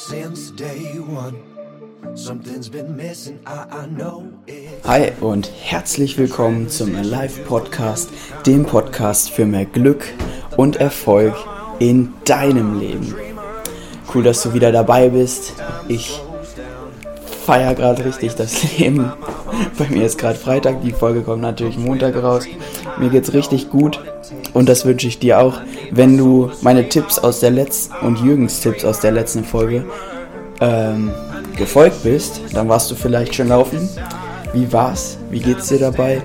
since day one. Something's been missing, I know it. Hi und herzlich willkommen zum Alive Podcast, dem Podcast für mehr Glück und Erfolg in deinem Leben. Cool, dass du wieder dabei bist. Ich feiere gerade richtig das Leben. Bei mir ist gerade Freitag, die Folge kommt natürlich Montag raus. Mir geht's richtig gut und das wünsche ich dir auch. Wenn du meine Tipps aus der letzten und Jürgens Tipps aus der letzten Folge gefolgt bist, dann warst du vielleicht schon laufen. Wie war's? Wie geht's dir dabei?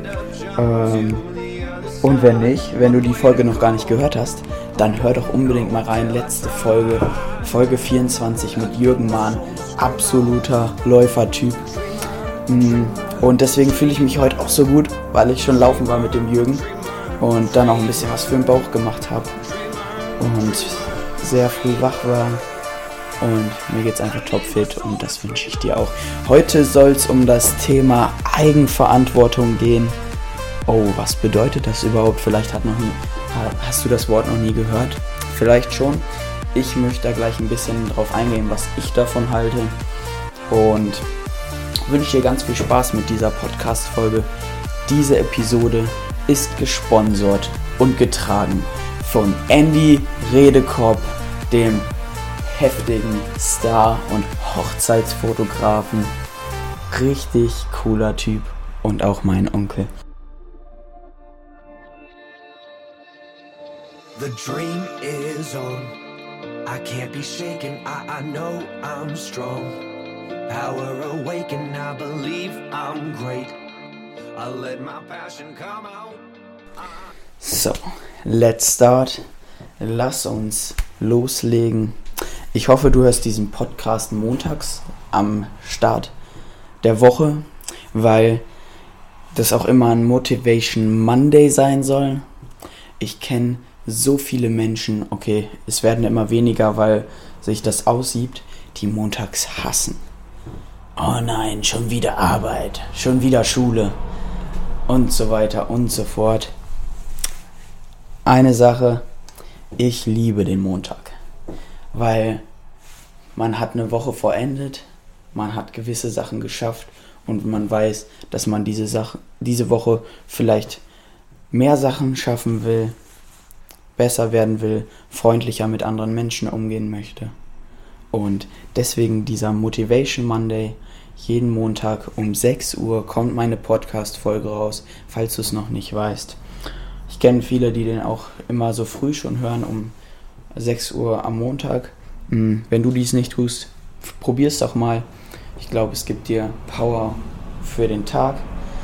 Und wenn nicht, wenn du die Folge noch gar nicht gehört hast, dann hör doch unbedingt mal rein. Letzte Folge, Folge 24 mit Jürgen Mahn. Absoluter Läufertyp. Und deswegen fühle ich mich heute auch so gut, weil ich schon laufen war mit dem Jürgen und dann auch ein bisschen was für den Bauch gemacht habe und sehr früh wach war. Und mir geht's einfach topfit und das wünsche ich dir auch. Heute soll es um das Thema Eigenverantwortung gehen. Oh, was bedeutet das überhaupt? Vielleicht hast du das Wort noch nie gehört. Vielleicht schon. Ich möchte da gleich ein bisschen drauf eingehen, was ich davon halte. Und wünsche dir ganz viel Spaß mit dieser Podcast-Folge. Diese Episode ist gesponsert und getragen von Andy Redekopp, dem heftigen Star- und Hochzeitsfotografen. Richtig cooler Typ und auch mein Onkel. The dream is on. I can't be shaken, I know I'm strong. Power awaken, I believe I'm great. I'll let my passion come out. So, let's start. Lass uns loslegen. Ich hoffe, du hörst diesen Podcast montags am Start der Woche, weil das auch immer ein Motivation Monday sein soll. Ich kenne so viele Menschen, okay, es werden immer weniger, weil sich das aussieht, die montags hassen. Oh nein, schon wieder Arbeit, schon wieder Schule und so weiter und so fort. Eine Sache, ich liebe den Montag, weil man hat eine Woche vollendet, man hat gewisse Sachen geschafft und man weiß, dass man diese Woche vielleicht mehr Sachen schaffen will, besser werden will, freundlicher mit anderen Menschen umgehen möchte. Und deswegen dieser Motivation Monday. Jeden Montag um 6 Uhr kommt meine Podcast-Folge raus, falls du es noch nicht weißt. Ich kenne viele, die den auch immer so früh schon hören, um 6 Uhr am Montag. Wenn du dies nicht tust, probier es doch mal. Ich glaube, es gibt dir Power für den Tag.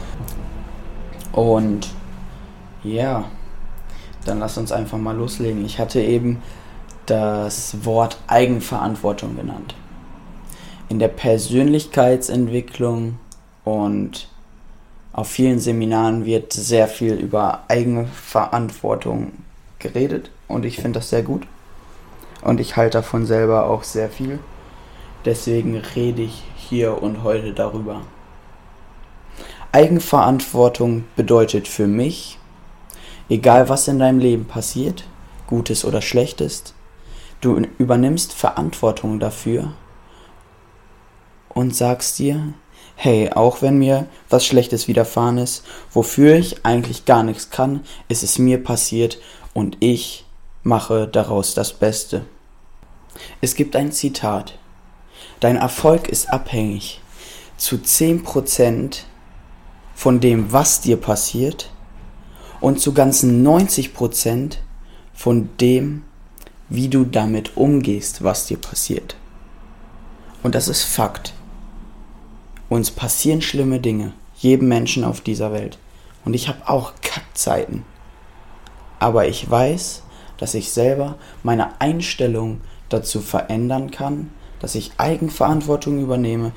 Und ja, dann lass uns einfach mal loslegen. Ich hatte eben das Wort Eigenverantwortung genannt. In der Persönlichkeitsentwicklung und auf vielen Seminaren wird sehr viel über Eigenverantwortung geredet und ich finde das sehr gut. Und ich halte davon selber auch sehr viel. Deswegen rede ich hier und heute darüber. Eigenverantwortung bedeutet für mich, egal was in deinem Leben passiert, Gutes oder Schlechtes, du übernimmst Verantwortung dafür und sagst dir, hey, auch wenn mir was Schlechtes widerfahren ist, wofür ich eigentlich gar nichts kann, ist es mir passiert und ich mache daraus das Beste. Es gibt ein Zitat. Dein Erfolg ist abhängig zu 10% von dem, was dir passiert und zu ganzen 90% von dem, wie du damit umgehst, was dir passiert. Und das ist Fakt. Uns passieren schlimme Dinge, jedem Menschen auf dieser Welt. Und ich habe auch Kackzeiten. Aber ich weiß, dass ich selber meine Einstellung dazu verändern kann, dass ich Eigenverantwortung übernehme,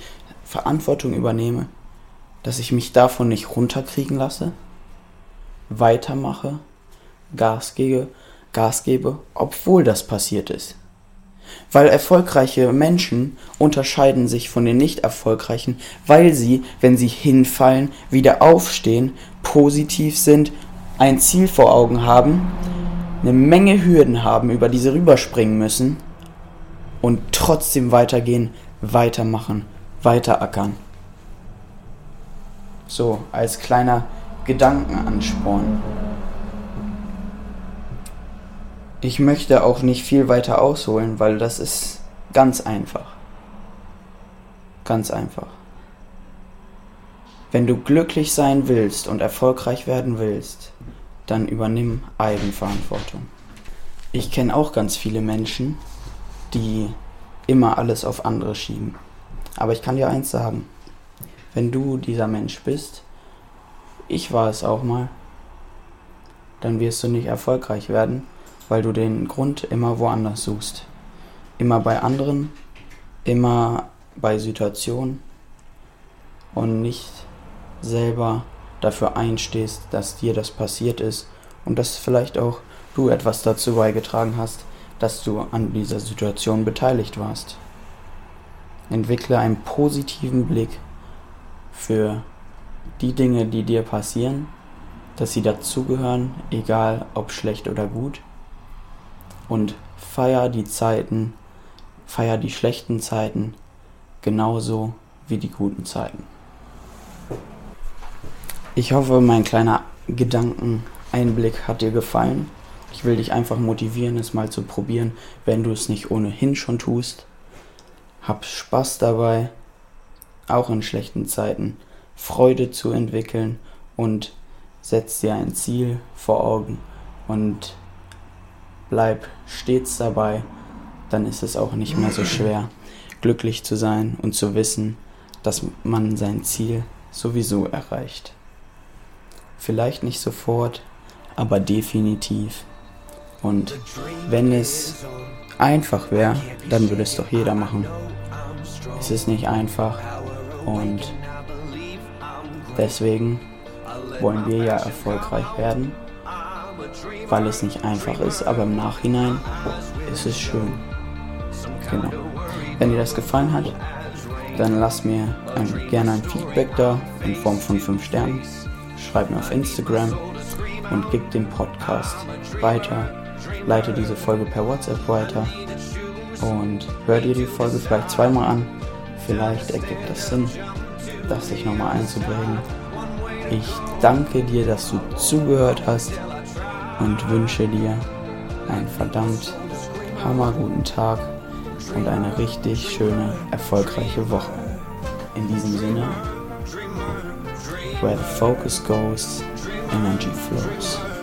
dass ich mich davon nicht runterkriegen lasse, weitermache, Gas gebe, obwohl das passiert ist. Weil erfolgreiche Menschen unterscheiden sich von den nicht erfolgreichen, weil sie, wenn sie hinfallen, wieder aufstehen, positiv sind, ein Ziel vor Augen haben, eine Menge Hürden haben, über die sie rüberspringen müssen und trotzdem weitergehen, weitermachen, weiterackern. So, als kleiner Gedankenansporn. Ich möchte auch nicht viel weiter ausholen, weil das ist ganz einfach. Ganz einfach. Wenn du glücklich sein willst und erfolgreich werden willst, dann übernimm Eigenverantwortung. Ich kenne auch ganz viele Menschen, die immer alles auf andere schieben. Aber ich kann dir eins sagen, wenn du dieser Mensch bist, ich war es auch mal, dann wirst du nicht erfolgreich werden, weil du den Grund immer woanders suchst. Immer bei anderen, immer bei Situationen und nicht selber dafür einstehst, dass dir das passiert ist und dass vielleicht auch du etwas dazu beigetragen hast, dass du an dieser Situation beteiligt warst. Entwickle einen positiven Blick für die Dinge, die dir passieren, dass sie dazugehören, egal ob schlecht oder gut, und feier die schlechten Zeiten genauso wie die guten Zeiten. Ich hoffe, mein kleiner Gedankeneinblick hat dir gefallen. Ich will dich einfach motivieren, es mal zu probieren, wenn du es nicht ohnehin schon tust. Hab Spaß dabei, auch in schlechten Zeiten Freude zu entwickeln und setz dir ein Ziel vor Augen und bleib stets dabei. Dann ist es auch nicht mehr so schwer, glücklich zu sein und zu wissen, dass man sein Ziel sowieso erreicht. Vielleicht nicht sofort, aber definitiv. Und wenn es einfach wäre, dann würde es doch jeder machen. Es ist nicht einfach und deswegen wollen wir ja erfolgreich werden, weil es nicht einfach ist, aber im Nachhinein ist es schön. Genau. Wenn dir das gefallen hat, dann lass mir gerne ein Feedback da in Form von 5 Sternen. Schreib mir auf Instagram und gib den Podcast weiter. Leite diese Folge per WhatsApp weiter und hör dir die Folge vielleicht zweimal an. Vielleicht ergibt es Sinn, das sich nochmal einzubringen. Ich danke dir, dass du zugehört hast und wünsche dir einen verdammt hammerguten Tag und eine richtig schöne, erfolgreiche Woche. In diesem Sinne, where the focus goes, energy flows.